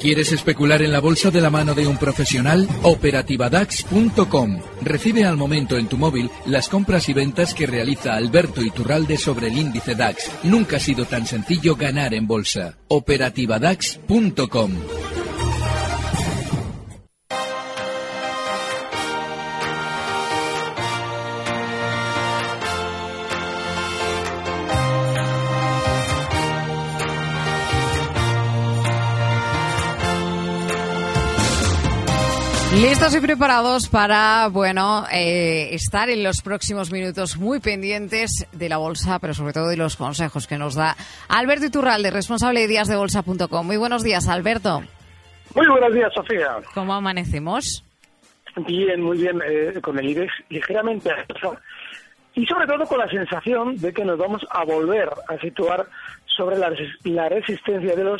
¿Quieres especular en la bolsa de la mano de un profesional? Operativadax.com. Recibe al momento en tu móvil las compras y ventas que realiza Alberto Iturralde sobre el índice DAX. Nunca ha sido tan sencillo ganar en bolsa. Operativadax.com. Listos y preparados para, estar en los próximos minutos muy pendientes de la bolsa, pero sobre todo de los consejos que nos da Alberto Iturralde, responsable de díasdebolsa.com. Muy buenos días, Alberto. Muy buenos días, Sofía. ¿Cómo amanecemos? Bien, muy bien, con el IBEX ligeramente alto y sobre todo con la sensación de que nos vamos a volver a situar sobre la resistencia de los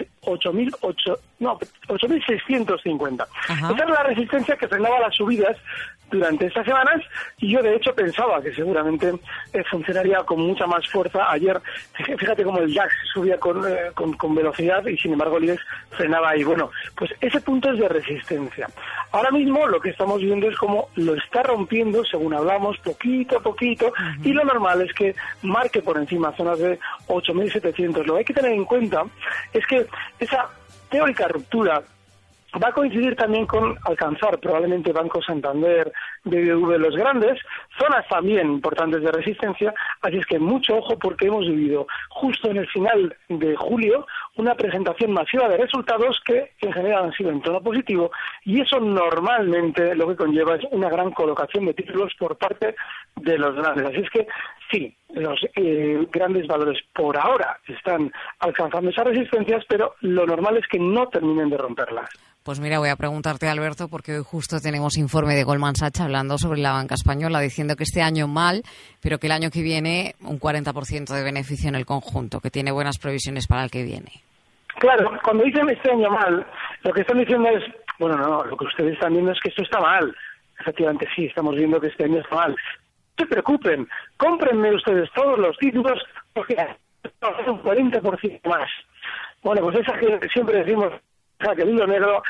8.650. Esa es la resistencia que frenaba las subidas durante estas semanas y yo de hecho pensaba que seguramente funcionaría con mucha más fuerza. Ayer, fíjate cómo el DAX subía con velocidad y sin embargo el IBEX frenaba ahí. Bueno, pues ese punto es de resistencia. Ahora mismo lo que estamos viendo es como lo está rompiendo, según hablamos, poquito a poquito, y lo normal es que marque por encima zonas de 8.700. Lo que hay que tener en cuenta es que esa teórica ruptura va a coincidir también con alcanzar probablemente Banco Santander, BBV, los grandes, zonas también importantes de resistencia, así es que mucho ojo porque hemos vivido justo en el final de julio una presentación masiva de resultados que en general han sido en tono positivo y eso normalmente lo que conlleva es una gran colocación de títulos por parte de los grandes, así es que sí, los grandes valores por ahora están alcanzando esas resistencias, pero lo normal es que no terminen de romperlas. Pues mira, voy a preguntarte, Alberto, porque hoy justo tenemos informe de Goldman Sachs hablando sobre la banca española, diciendo que este año mal, pero que el año que viene un 40% de beneficio en el conjunto, que tiene buenas previsiones para el que viene. Claro, cuando dicen este año mal, lo que están diciendo es, no, lo que ustedes están viendo es que esto está mal. Efectivamente, sí, estamos viendo que este año está mal. No se preocupen, cómprenme ustedes todos los títulos porque un 40% más. Bueno, pues esa que siempre decimos, que el hilo negro,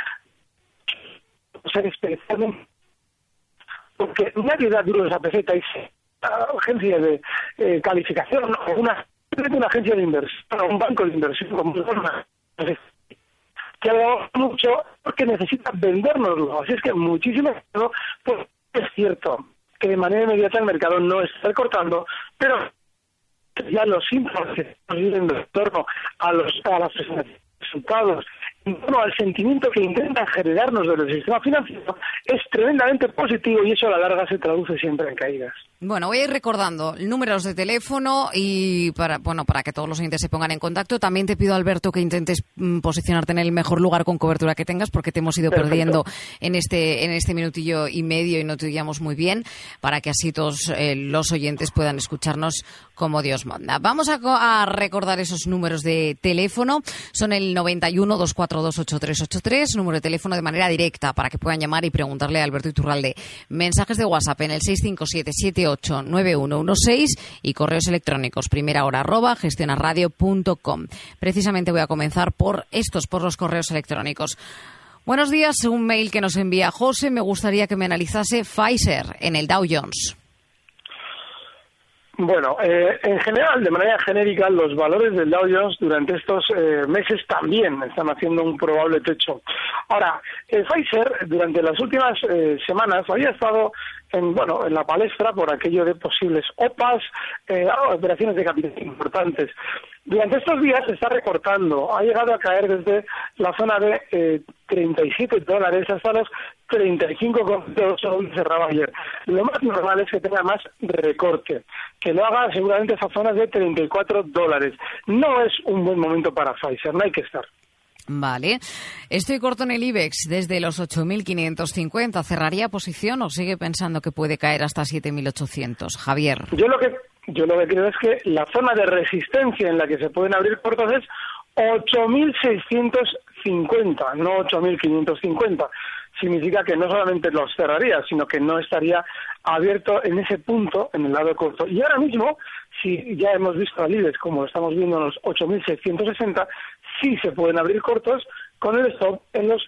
especialmente porque nadie da duros a peseta y agencia de calificación o una agencia de inversión o un banco de inversión como Goldman que ha dado mucho porque necesita vendérnoslo, así es que muchísimo, pues es cierto que de manera inmediata el mercado no está recortando, pero ya los síntomas que estamos viendo en torno a las resultados, en torno al sentimiento que intentan generarnos desde el sistema financiero, es tremendamente positivo y eso a la larga se traduce siempre en caídas. Bueno, voy a ir recordando números de teléfono y para que todos los oyentes se pongan en contacto. También te pido, Alberto, que intentes posicionarte en el mejor lugar con cobertura que tengas porque te hemos ido perdiendo en este minutillo y medio y no te oíamos muy bien, para que así todos los oyentes puedan escucharnos como Dios manda. Vamos a recordar esos números de teléfono. Son el 91 242 8383, número de teléfono de manera directa para que puedan llamar y preguntarle a Alberto Iturralde. Mensajes de WhatsApp en el 657-789116 y correos electrónicos primerahora@gestionarradio.com. Precisamente voy a comenzar por los correos electrónicos. Buenos días, un mail que nos envía José. Me gustaría que me analizase Pfizer en el Dow Jones. Bueno, en general, de manera genérica, los valores del Dow Jones durante estos meses también están haciendo un probable techo. Ahora, Pfizer durante las últimas semanas había estado en la palestra por aquello de posibles OPAs, operaciones de capital importantes. Durante estos días se está recortando, ha llegado a caer desde la zona de $37 hasta los 35,8 cerraba ayer. Lo más normal es que tenga más recorte, que lo haga seguramente esas zonas de $34. No es un buen momento para Pfizer, no hay que estar. Vale. Estoy corto en el IBEX desde los 8.550. ¿Cerraría posición o sigue pensando que puede caer hasta 7.800? Javier. Yo lo que creo es que la zona de resistencia en la que se pueden abrir cortos es 8.650, no 8.550. Significa que no solamente los cerraría, sino que no estaría abierto en ese punto, en el lado corto. Y ahora mismo, si ya hemos visto al IBEX como estamos viendo en los 8.660, sí se pueden abrir cortos, con el stop en los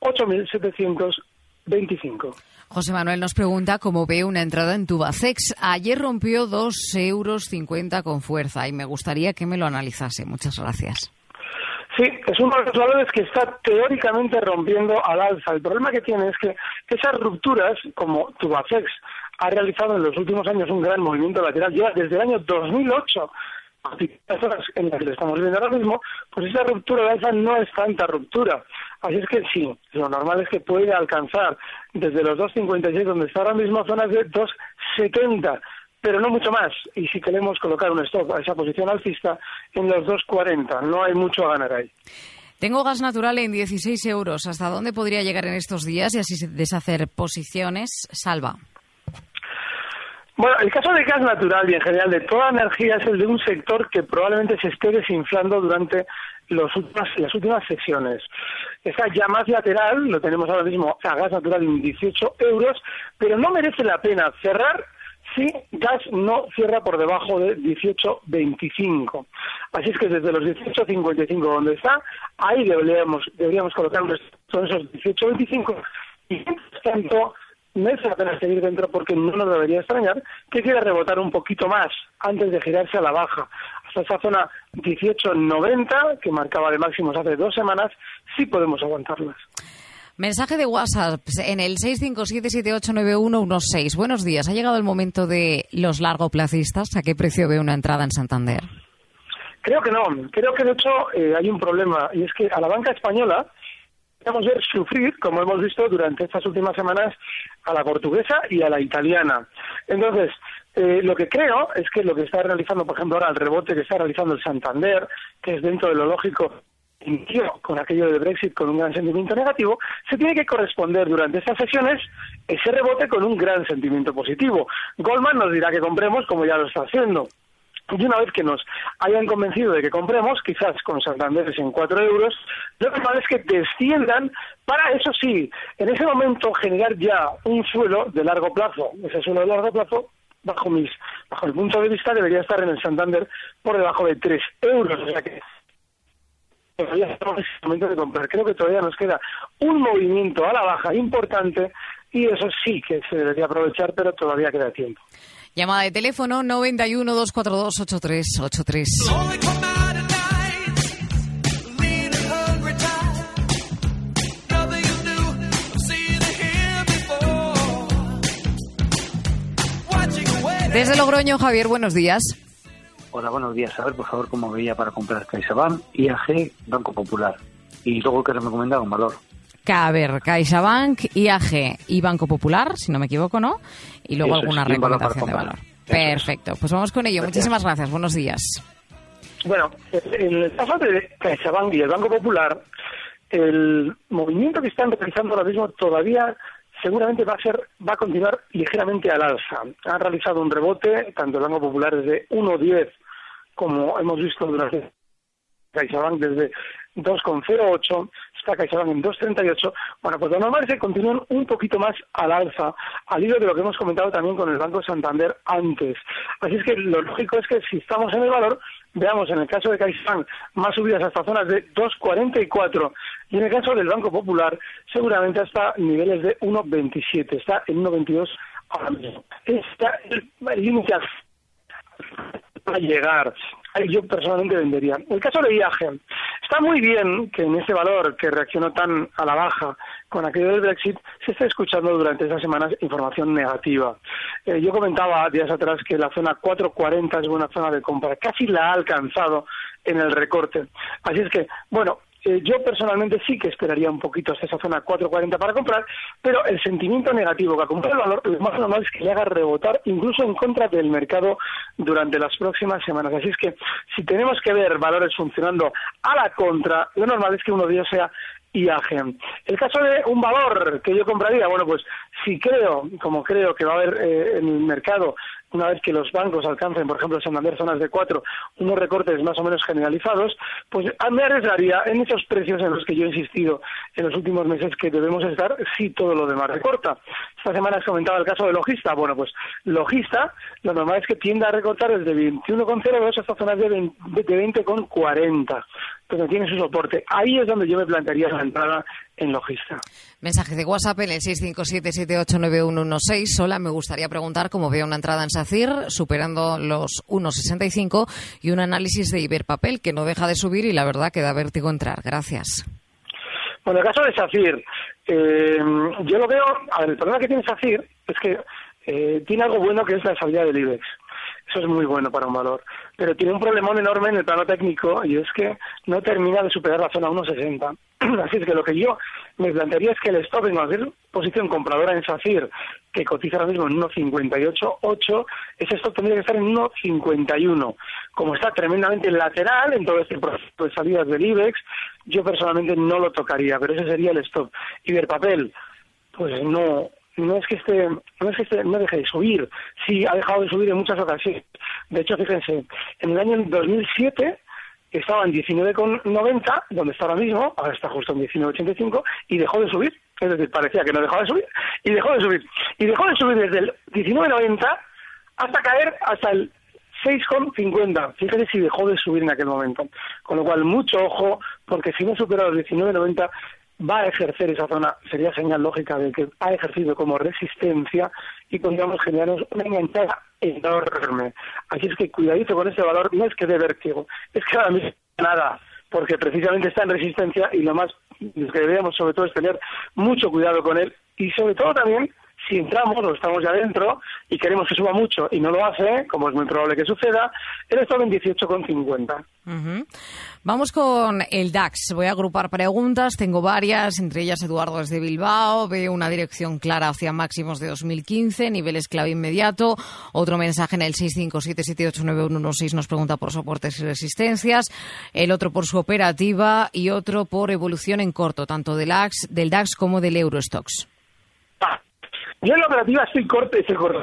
8.725. José Manuel nos pregunta cómo ve una entrada en Tubacex. Ayer rompió 2,50 euros con fuerza y me gustaría que me lo analizase. Muchas gracias. Sí, es uno de los valores que está teóricamente rompiendo al alza. El problema que tiene es que esas rupturas, como Tubacex ha realizado en los últimos años un gran movimiento lateral, ya desde el año 2008, las horas en las que lo estamos viendo ahora mismo, pues esa ruptura de alza no es tanta ruptura. Así es que sí, lo normal es que puede alcanzar desde los 2,56, donde está ahora mismo, zonas de 2,70, pero no mucho más. Y si queremos colocar un stop a esa posición alcista en los 2,40, no hay mucho a ganar ahí. Tengo gas natural en 16 euros. ¿Hasta dónde podría llegar en estos días y así deshacer posiciones? Salva. Bueno, el caso del gas natural y en general de toda energía es el de un sector que probablemente se esté desinflando durante las últimas sesiones. Está ya más lateral, lo tenemos ahora mismo a gas natural en 18 euros, pero no merece la pena cerrar si gas no cierra por debajo de 18,25. Así es que desde los 18,55 donde está, ahí deberíamos colocar son esos 18,25 y tanto merece la pena seguir dentro porque no nos debería extrañar que quiera rebotar un poquito más antes de girarse a la baja. Hasta esa zona 18,90 que marcaba de máximos hace 2 semanas, sí podemos aguantarlas. Mensaje de WhatsApp en el 657789116. Buenos días. ¿Ha llegado el momento de los largoplacistas? ¿A qué precio ve una entrada en Santander? Creo que no. Creo que de hecho hay un problema y es que a la banca española vamos a ver sufrir, como hemos visto durante estas últimas semanas, a la portuguesa y a la italiana. Entonces, lo que creo es que lo que está realizando, por ejemplo, ahora el rebote que está realizando el Santander, que es dentro de lo lógico, con aquello del Brexit, con un gran sentimiento negativo, se tiene que corresponder durante estas sesiones ese rebote con un gran sentimiento positivo. Goldman nos dirá que compremos, como ya lo está haciendo. Y una vez que nos hayan convencido de que compremos, quizás con Santander en 4 euros, lo normal es que desciendan para, eso sí, en ese momento generar ya un suelo de largo plazo. Ese suelo de largo plazo, bajo el punto de vista, debería estar en el Santander por debajo de 3 euros. O sea que todavía estamos en ese momento de comprar. Creo que todavía nos queda un movimiento a la baja importante y eso sí que se debería aprovechar, pero todavía queda tiempo. Llamada de teléfono 91 242 8383. Desde Logroño, Javier, buenos días. Hola, buenos días. A ver, por favor, cómo veía para comprar CaixaBank, IAG, Banco Popular. Y luego que me recomendaba un valor. A ver, CaixaBank, IAG y Banco Popular, si no me equivoco, ¿no? Y luego alguna recomendación de valor. Perfecto, pues vamos con ello. Gracias. Muchísimas gracias, buenos días. Bueno, en el caso de CaixaBank y el Banco Popular, el movimiento que están realizando ahora mismo todavía seguramente va a continuar ligeramente al alza. Han realizado un rebote, tanto el Banco Popular desde 1,10, como hemos visto durante CaixaBank desde 2,08, está CaixaBank en 2,38. Bueno, pues lo normal es que continúen un poquito más al alza, al hilo de lo que hemos comentado también con el Banco Santander antes. Así es que lo lógico es que si estamos en el valor, veamos en el caso de CaixaBank más subidas hasta zonas de 2,44 y en el caso del Banco Popular seguramente hasta niveles de 1,27, está en 1,22 ahora mismo. Está el límite a llegar. Yo personalmente vendería. El caso de IAG. Está muy bien que en ese valor que reaccionó tan a la baja con aquello del Brexit se esté escuchando durante estas semanas información negativa. Yo comentaba días atrás que la zona 4,40 es buena zona de compra. Casi la ha alcanzado en el recorte. Así es que, bueno, yo personalmente sí que esperaría un poquito hasta esa zona 4,40 para comprar, pero el sentimiento negativo que acumula el valor, lo más normal es que le haga rebotar incluso en contra del mercado durante las próximas semanas. Así es que si tenemos que ver valores funcionando a la contra, lo normal es que uno de ellos sea IAG. El caso de un valor que yo compraría, bueno, pues si creo, como creo que va a haber en el mercado una vez que los bancos alcancen, por ejemplo, Santander zonas de 4, unos recortes más o menos generalizados, pues me arriesgaría en esos precios en los que yo he insistido en los últimos meses que debemos estar si todo lo demás recorta. Esta semana has comentado el caso de Logista. Bueno, pues Logista, lo normal es que tienda a recortar desde 21,02 hasta zonas de 20,40. Entonces tiene su soporte. Ahí es donde yo me plantearía la entrada en Logista. Mensaje de WhatsApp en el 657789116. Hola, me gustaría preguntar cómo veo una entrada en SACIR superando los 1,65 y un análisis de Iberpapel que no deja de subir y la verdad que da vértigo entrar. Gracias. Bueno, el caso de SACIR, yo lo veo, a ver, el problema que tiene SACIR es que tiene algo bueno que es la estabilidad del IBEX. Eso es muy bueno para un valor. Pero tiene un problemón enorme en el plano técnico y es que no termina de superar la zona 1,60. Así es que lo que yo me plantearía es que el stop en cualquier posición compradora en SACIR, que cotiza ahora mismo en 1,58,8, ese stop tendría que estar en 1,51. Como está tremendamente lateral en todo este proceso de salidas del IBEX, yo personalmente no lo tocaría, pero ese sería el stop. Iberpapel, pues no deje de subir. Sí, ha dejado de subir en muchas ocasiones. De hecho, fíjense, en el año 2007 estaba en 19,90, donde está ahora mismo, ahora está justo en 19,85, y dejó de subir. Es decir, parecía que no dejaba de subir, y dejó de subir. Y dejó de subir desde el 19,90 hasta caer hasta el 6,50. Fíjense si dejó de subir en aquel momento. Con lo cual, mucho ojo, porque si no supera los 19,90, va a ejercer esa zona, sería señal lógica de que ha ejercido como resistencia y podríamos generarnos una enganchada enorme. Así es que cuidadito con este valor, no es que dé vértigo, es que ahora mismo nada, porque precisamente está en resistencia y lo más que deberíamos sobre todo es tener mucho cuidado con él y sobre todo también si entramos o estamos ya dentro y queremos que suba mucho y no lo hace, como es muy probable que suceda, él está en 18,50. Vamos con el DAX. Voy a agrupar preguntas, tengo varias, entre ellas Eduardo desde Bilbao, veo una dirección clara hacia máximos de 2015, niveles clave inmediato. Otro mensaje en el 657789116 nos pregunta por soportes y resistencias, el otro por su operativa y otro por evolución en corto, tanto del DAX como del Eurostoxx. Yo en la operativa estoy corto.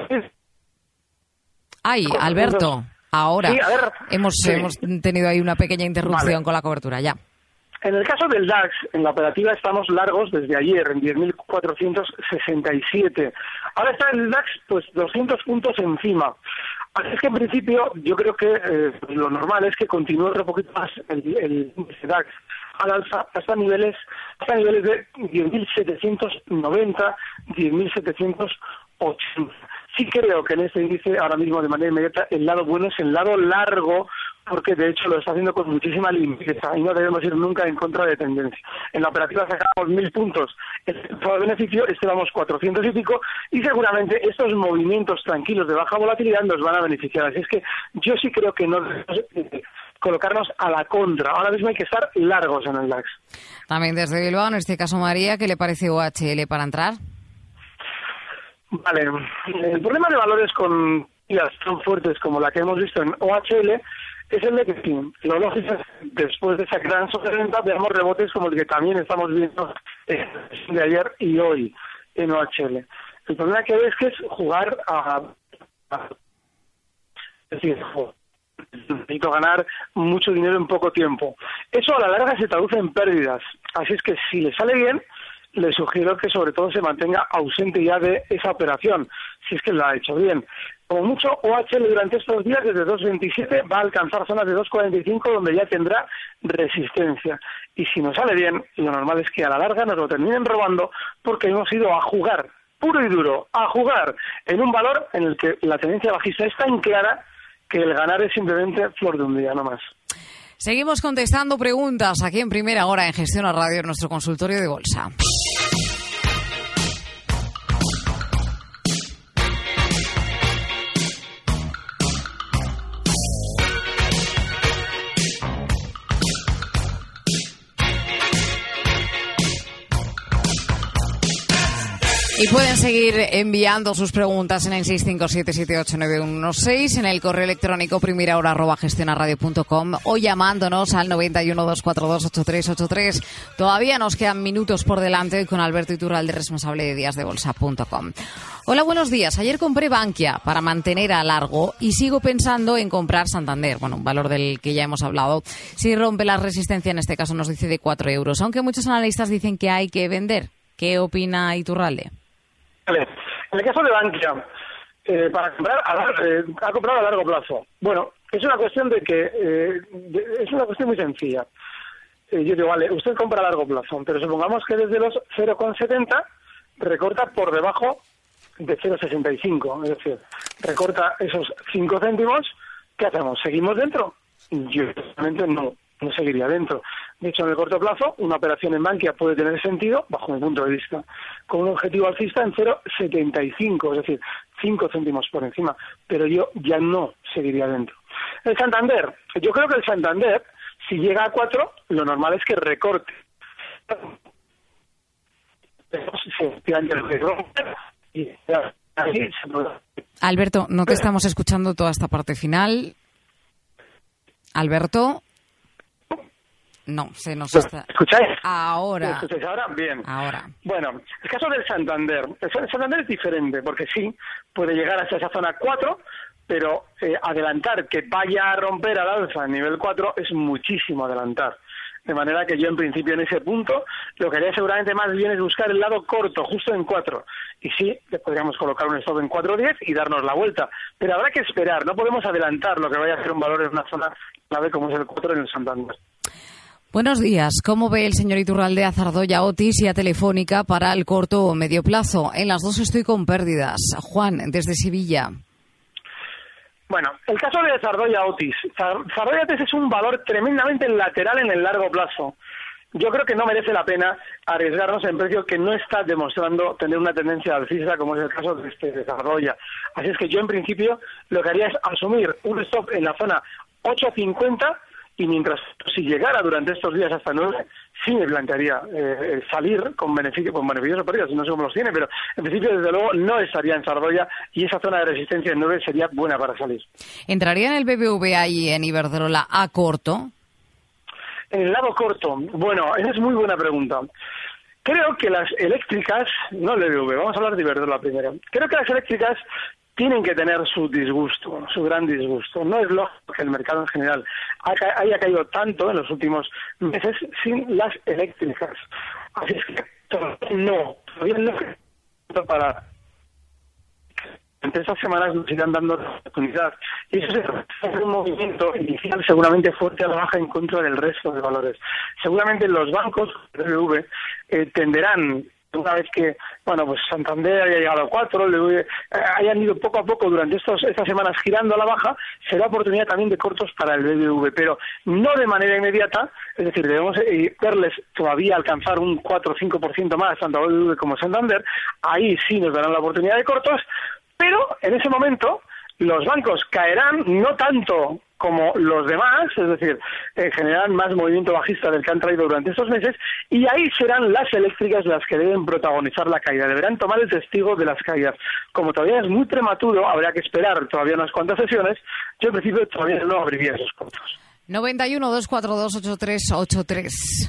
Ay, Alberto, ahora sí, hemos tenido ahí una pequeña interrupción con la cobertura, ya. En el caso del DAX, en la operativa estamos largos desde ayer, en 10.467. Ahora está el DAX, pues 200 puntos encima. Así es que en principio yo creo que lo normal es que continúe otro poquito más el DAX al alza hasta niveles de 10.790, 10.780. Sí creo que en este índice ahora mismo de manera inmediata el lado bueno es el lado largo, porque de hecho lo está haciendo con muchísima limpieza y no debemos ir nunca en contra de tendencia. En la operativa sacamos 1.000 puntos el beneficio, vamos 400 y pico, y seguramente estos movimientos tranquilos de baja volatilidad nos van a beneficiar. Así es que yo sí creo que no debemos colocarnos a la contra. Ahora mismo hay que estar largos en el DAX. También desde Bilbao, en este caso María, ¿qué le parece OHL para entrar? Vale, el problema de valores con tiras tan fuertes como la que hemos visto en OHL es el de que lo lógico es después de esa gran sobreventa veamos rebotes como el que también estamos viendo de ayer y hoy en OHL. El problema que ves que es jugar es decir, necesito ganar mucho dinero en poco tiempo. Eso a la larga se traduce en pérdidas. Así es que si le sale bien, le sugiero que sobre todo se mantenga ausente ya de esa operación, si es que la ha hecho bien. Como mucho, OHL durante estos días, desde 2.27, va a alcanzar zonas de 2.45, donde ya tendrá resistencia. Y si nos sale bien, lo normal es que a la larga nos lo terminen robando, porque hemos ido a jugar, puro y duro, a jugar en un valor en el que la tendencia bajista es tan clara que el ganar es simplemente flor de un día, no más. Seguimos contestando preguntas aquí en Primera Hora en Gestión a Radio, en nuestro consultorio de bolsa. Y pueden seguir enviando sus preguntas en el 657789116, en el correo electrónico primerahora@gestionarradio.com o llamándonos al 91-242-8383. Todavía nos quedan minutos por delante con Alberto Iturralde, responsable de díasdebolsa.com. Hola, buenos días. Ayer compré Bankia para mantener a largo y sigo pensando en comprar Santander, bueno, un valor del que ya hemos hablado. Si rompe la resistencia, en este caso nos dice de 4 euros, aunque muchos analistas dicen que hay que vender. ¿Qué opina Iturralde? Vale. En el caso de Bankia, para comprar ha comprado a largo plazo. Bueno, es una cuestión es una cuestión muy sencilla. Yo digo, vale, usted compra a largo plazo, pero supongamos que desde los 0,70 recorta por debajo de 0,65, es decir, recorta esos 5 céntimos. ¿Qué hacemos? ¿Seguimos dentro? Yo realmente no seguiría dentro. De hecho, en el corto plazo, una operación en Bankia puede tener sentido, bajo mi punto de vista, con un objetivo alcista en 0,75, es decir, 5 céntimos por encima, pero yo ya no seguiría dentro. El Santander, yo creo que el Santander, si llega a 4, lo normal es que recorte. Alberto, no te estamos escuchando toda esta parte final. Alberto. No, se nos está... ¿Escucháis? Ahora. ¿Me escucháis ahora? Bien. Ahora. Bueno, el caso del Santander. El Santander es diferente, porque sí, puede llegar hasta esa zona 4, pero adelantar que vaya a romper al alza en nivel 4 es muchísimo adelantar. De manera que yo, en principio, en ese punto, lo que haría seguramente más bien es buscar el lado corto, justo en 4. Y sí, le podríamos colocar un stop en 4.10 y darnos la vuelta. Pero habrá que esperar, no podemos adelantar lo que vaya a ser un valor en una zona clave como es el 4 en el Santander. Buenos días. ¿Cómo ve el señor Iturralde a Zardoya Otis y a Telefónica para el corto o medio plazo? En las dos estoy con pérdidas. Juan, desde Sevilla. Bueno, el caso de Zardoya Otis. Zardoya Otis es un valor tremendamente lateral en el largo plazo. Yo creo que no merece la pena arriesgarnos en precio que no está demostrando tener una tendencia alcista, como es el caso de Zardoya. Así es que yo, en principio, lo que haría es asumir un stop en la zona 8.50, y mientras, si llegara durante estos días hasta 9, sí me plantearía salir con beneficios o pérdidas, no sé cómo los tiene, pero en principio, desde luego, no estaría en Zardoya y esa zona de resistencia en 9 sería buena para salir. ¿Entraría en el BBVA y en Iberdrola a corto? En el lado corto, bueno, esa es muy buena pregunta. Creo que las eléctricas, no el BBVA, vamos a hablar de Iberdrola primero. Creo que las eléctricas tienen que tener su disgusto, su gran disgusto. No es lógico que el mercado en general haya caído tanto en los últimos meses sin las eléctricas. Así es que todavía no para... Entre estas semanas nos irán dando la oportunidad. Y eso es un movimiento inicial seguramente fuerte a la baja en contra del resto de valores. Seguramente los bancos, BBV, tenderán, una vez que, bueno, pues Santander haya llegado a 4, hayan ido poco a poco durante estas semanas girando a la baja, será oportunidad también de cortos para el BBV, pero no de manera inmediata, es decir, debemos verles todavía alcanzar un 4 o 5% más, tanto a BBV como Santander, ahí sí nos darán la oportunidad de cortos, pero en ese momento los bancos caerán no tanto como los demás, es decir, generarán más movimiento bajista del que han traído durante estos meses, y ahí serán las eléctricas las que deben protagonizar la caída, deberán tomar el testigo de las caídas. Como todavía es muy prematuro, habrá que esperar todavía unas cuantas sesiones, yo en principio todavía no abriría esos cortos. 91-242-8383.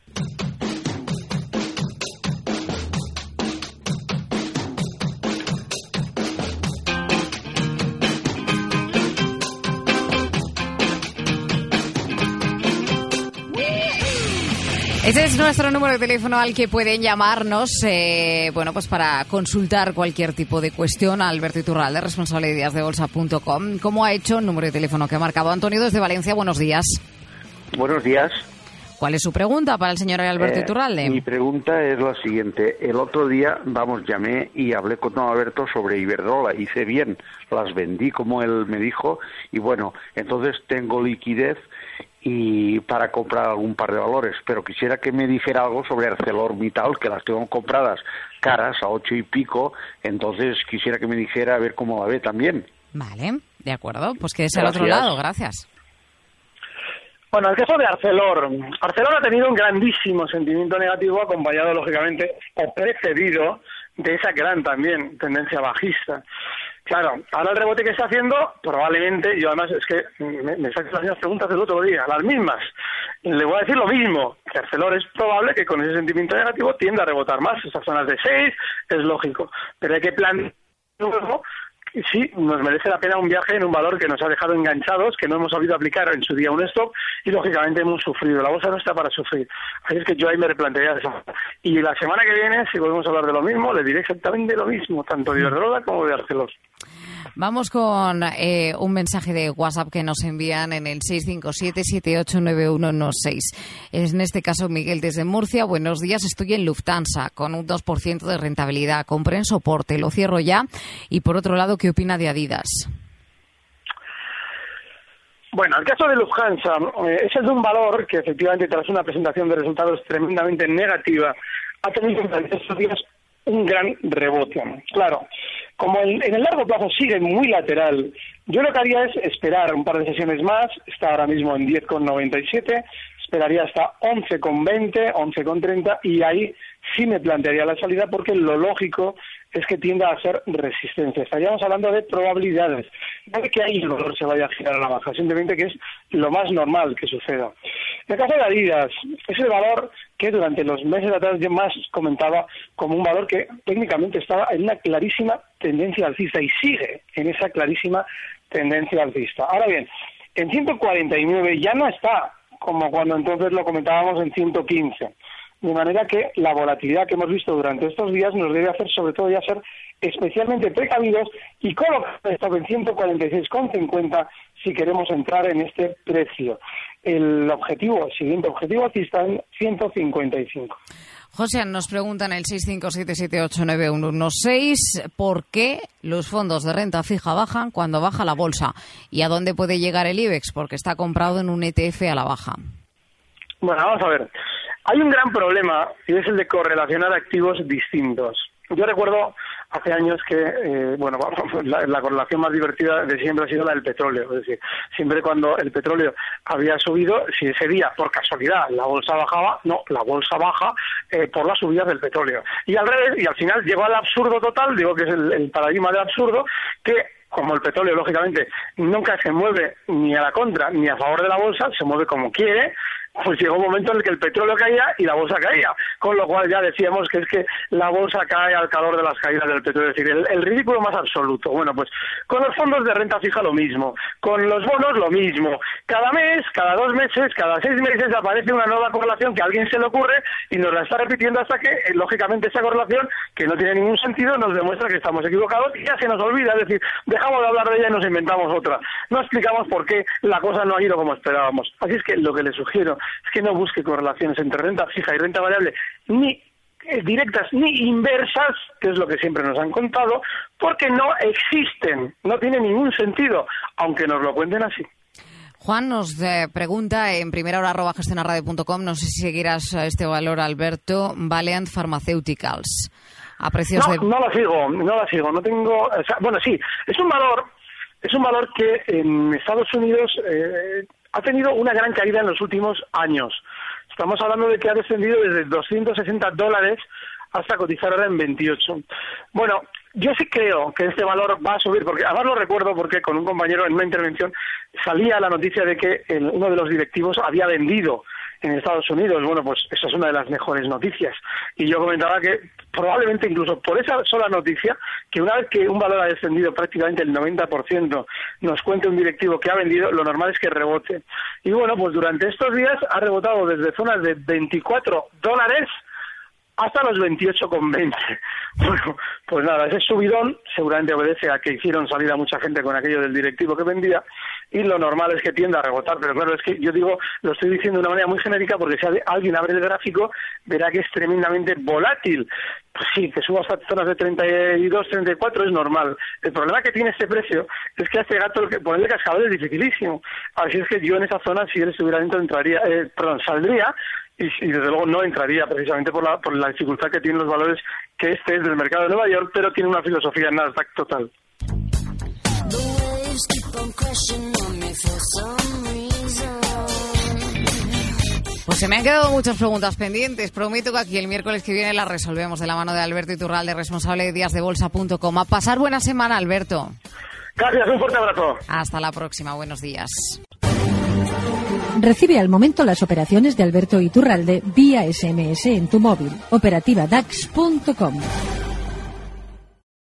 Ese es nuestro número de teléfono al que pueden llamarnos, pues para consultar cualquier tipo de cuestión a Alberto Iturralde, responsable de díasdebolsa.com, como ha hecho el número de teléfono que ha marcado Antonio desde Valencia. Buenos días. Buenos días. ¿Cuál es su pregunta para el señor Alberto Iturralde? Mi pregunta es la siguiente. El otro día, llamé y hablé con don Alberto sobre Iberdrola. Hice bien, las vendí como él me dijo y bueno, entonces tengo liquidez y para comprar algún par de valores, pero quisiera que me dijera algo sobre ArcelorMittal, que las tengo compradas caras a 8 y pico, entonces quisiera que me dijera a ver cómo la ve también. Vale, de acuerdo, pues quédese al otro lado, gracias. Bueno, el caso de Arcelor ha tenido un grandísimo sentimiento negativo, acompañado, lógicamente, o precedido de esa gran también tendencia bajista. Claro, ahora el rebote que está haciendo, probablemente, yo además es que me saqué las mismas preguntas del otro día, las mismas. Le voy a decir lo mismo, que Arcelor es probable que con ese sentimiento negativo tienda a rebotar más. Esas zonas de 6 es lógico, pero hay que planear luego. Sí, nos merece la pena un viaje en un valor que nos ha dejado enganchados, que no hemos sabido aplicar en su día un stop y lógicamente hemos sufrido. La bolsa no está para sufrir. Así es que yo ahí me replantearía eso. Y la semana que viene, si volvemos a hablar de lo mismo, le diré exactamente lo mismo, tanto de Iberdrola como de Arcelor. Vamos con un mensaje de WhatsApp que nos envían en el 657-789116. En este caso, Miguel desde Murcia. Buenos días, estoy en Lufthansa con un 2% de rentabilidad. Compré en soporte, lo cierro ya. Y por otro lado, ¿qué opina de Adidas? Bueno, el caso de Lufthansa es el de un valor que efectivamente tras una presentación de resultados tremendamente negativa ha tenido durante estos días un gran rebote. Claro, como en el largo plazo sigue muy lateral, yo lo que haría es esperar un par de sesiones más. Está ahora mismo en 10,97, esperaría hasta 11,20, 11,30 y ahí sí me plantearía la salida porque lo lógico es que tienda a ser resistencia. Estaríamos hablando de probabilidades, no de que ahí el valor se vaya a girar a la baja, simplemente que es lo más normal que suceda. En el caso de Adidas, es el valor que durante los meses atrás yo más comentaba como un valor que técnicamente estaba en una clarísima tendencia alcista y sigue en esa clarísima tendencia alcista. Ahora bien, en 149 ya no está como cuando entonces lo comentábamos en 115. De manera que la volatilidad que hemos visto durante estos días nos debe hacer sobre todo ya ser especialmente precavidos y colocar esto en 146,50 si queremos entrar en este precio. El siguiente objetivo alcista en 155. José, nos pregunta en el 657789116 por qué los fondos de renta fija bajan cuando baja la bolsa y a dónde puede llegar el IBEX porque está comprado en un ETF a la baja. Bueno, vamos a ver. Hay un gran problema y es el de correlacionar activos distintos. Yo recuerdo hace años que, la correlación más divertida de siempre ha sido la del petróleo. Es decir, siempre cuando el petróleo había subido, si ese día, por casualidad, la bolsa bajaba, no, la bolsa baja por las subidas del petróleo. Y al revés, y al final llegó al absurdo total, digo que es el paradigma del absurdo, que como el petróleo, lógicamente, nunca se mueve ni a la contra ni a favor de la bolsa, se mueve como quiere, pues llegó un momento en el que el petróleo caía y la bolsa caía, con lo cual ya decíamos que es que la bolsa cae al calor de las caídas del petróleo, es decir, el ridículo más absoluto. Bueno, pues con los fondos de renta fija lo mismo, con los bonos lo mismo, cada mes, cada 2 meses, cada 6 meses aparece una nueva correlación que a alguien se le ocurre y nos la está repitiendo hasta que, lógicamente, esa correlación, que no tiene ningún sentido, nos demuestra que estamos equivocados y ya se nos olvida, es decir, dejamos de hablar de ella y nos inventamos otra. No explicamos por qué la cosa no ha ido como esperábamos. Así es que lo que le sugiero es que no busque correlaciones entre renta fija y renta variable, ni directas ni inversas, que es lo que siempre nos han contado, porque no existen, no tiene ningún sentido, aunque nos lo cuenten así. Juan nos pregunta en primerahora@gestionarradio.com, no sé si seguirás este valor, Alberto, Valeant Pharmaceuticals. A precios no la sigo, no tengo, bueno, sí, es un valor que en Estados Unidos ha tenido una gran caída en los últimos años. Estamos hablando de que ha descendido desde $260 hasta cotizar ahora en 28. Bueno, yo sí creo que este valor va a subir, porque además lo recuerdo porque con un compañero en una intervención salía la noticia de que uno de los directivos había vendido en Estados Unidos. Bueno, pues esa es una de las mejores noticias. Y yo comentaba que probablemente incluso por esa sola noticia, que una vez que un valor ha descendido prácticamente el 90%, nos cuente un directivo que ha vendido, lo normal es que rebote. Y bueno, pues durante estos días ha rebotado desde zonas de $24 hasta los 28,20. Bueno, pues nada, ese subidón seguramente obedece a que hicieron salir a mucha gente con aquello del directivo que vendía y lo normal es que tienda a rebotar, pero claro, es que yo digo, lo estoy diciendo de una manera muy genérica porque si alguien abre el gráfico verá que es tremendamente volátil. Pues sí, que suba hasta zonas de 32, 34 es normal. El problema que tiene este precio es que a este gato ponerle cascabel es dificilísimo. Así es que yo en esa zona, si él estuviera dentro, saldría y desde luego no entraría precisamente por la dificultad que tienen los valores, que este es del mercado de Nueva York, pero tiene una filosofía Nasdaq total. Pues Se me han quedado muchas preguntas pendientes. Prometo que aquí el miércoles que viene las resolvemos de la mano de Alberto Iturralde, responsable de díasdebolsa.com. A pasar buena semana, Alberto. Gracias, un fuerte abrazo. Hasta la próxima, buenos días. Recibe al momento las operaciones de Alberto Iturralde vía SMS en tu móvil. Operativa DAX.com.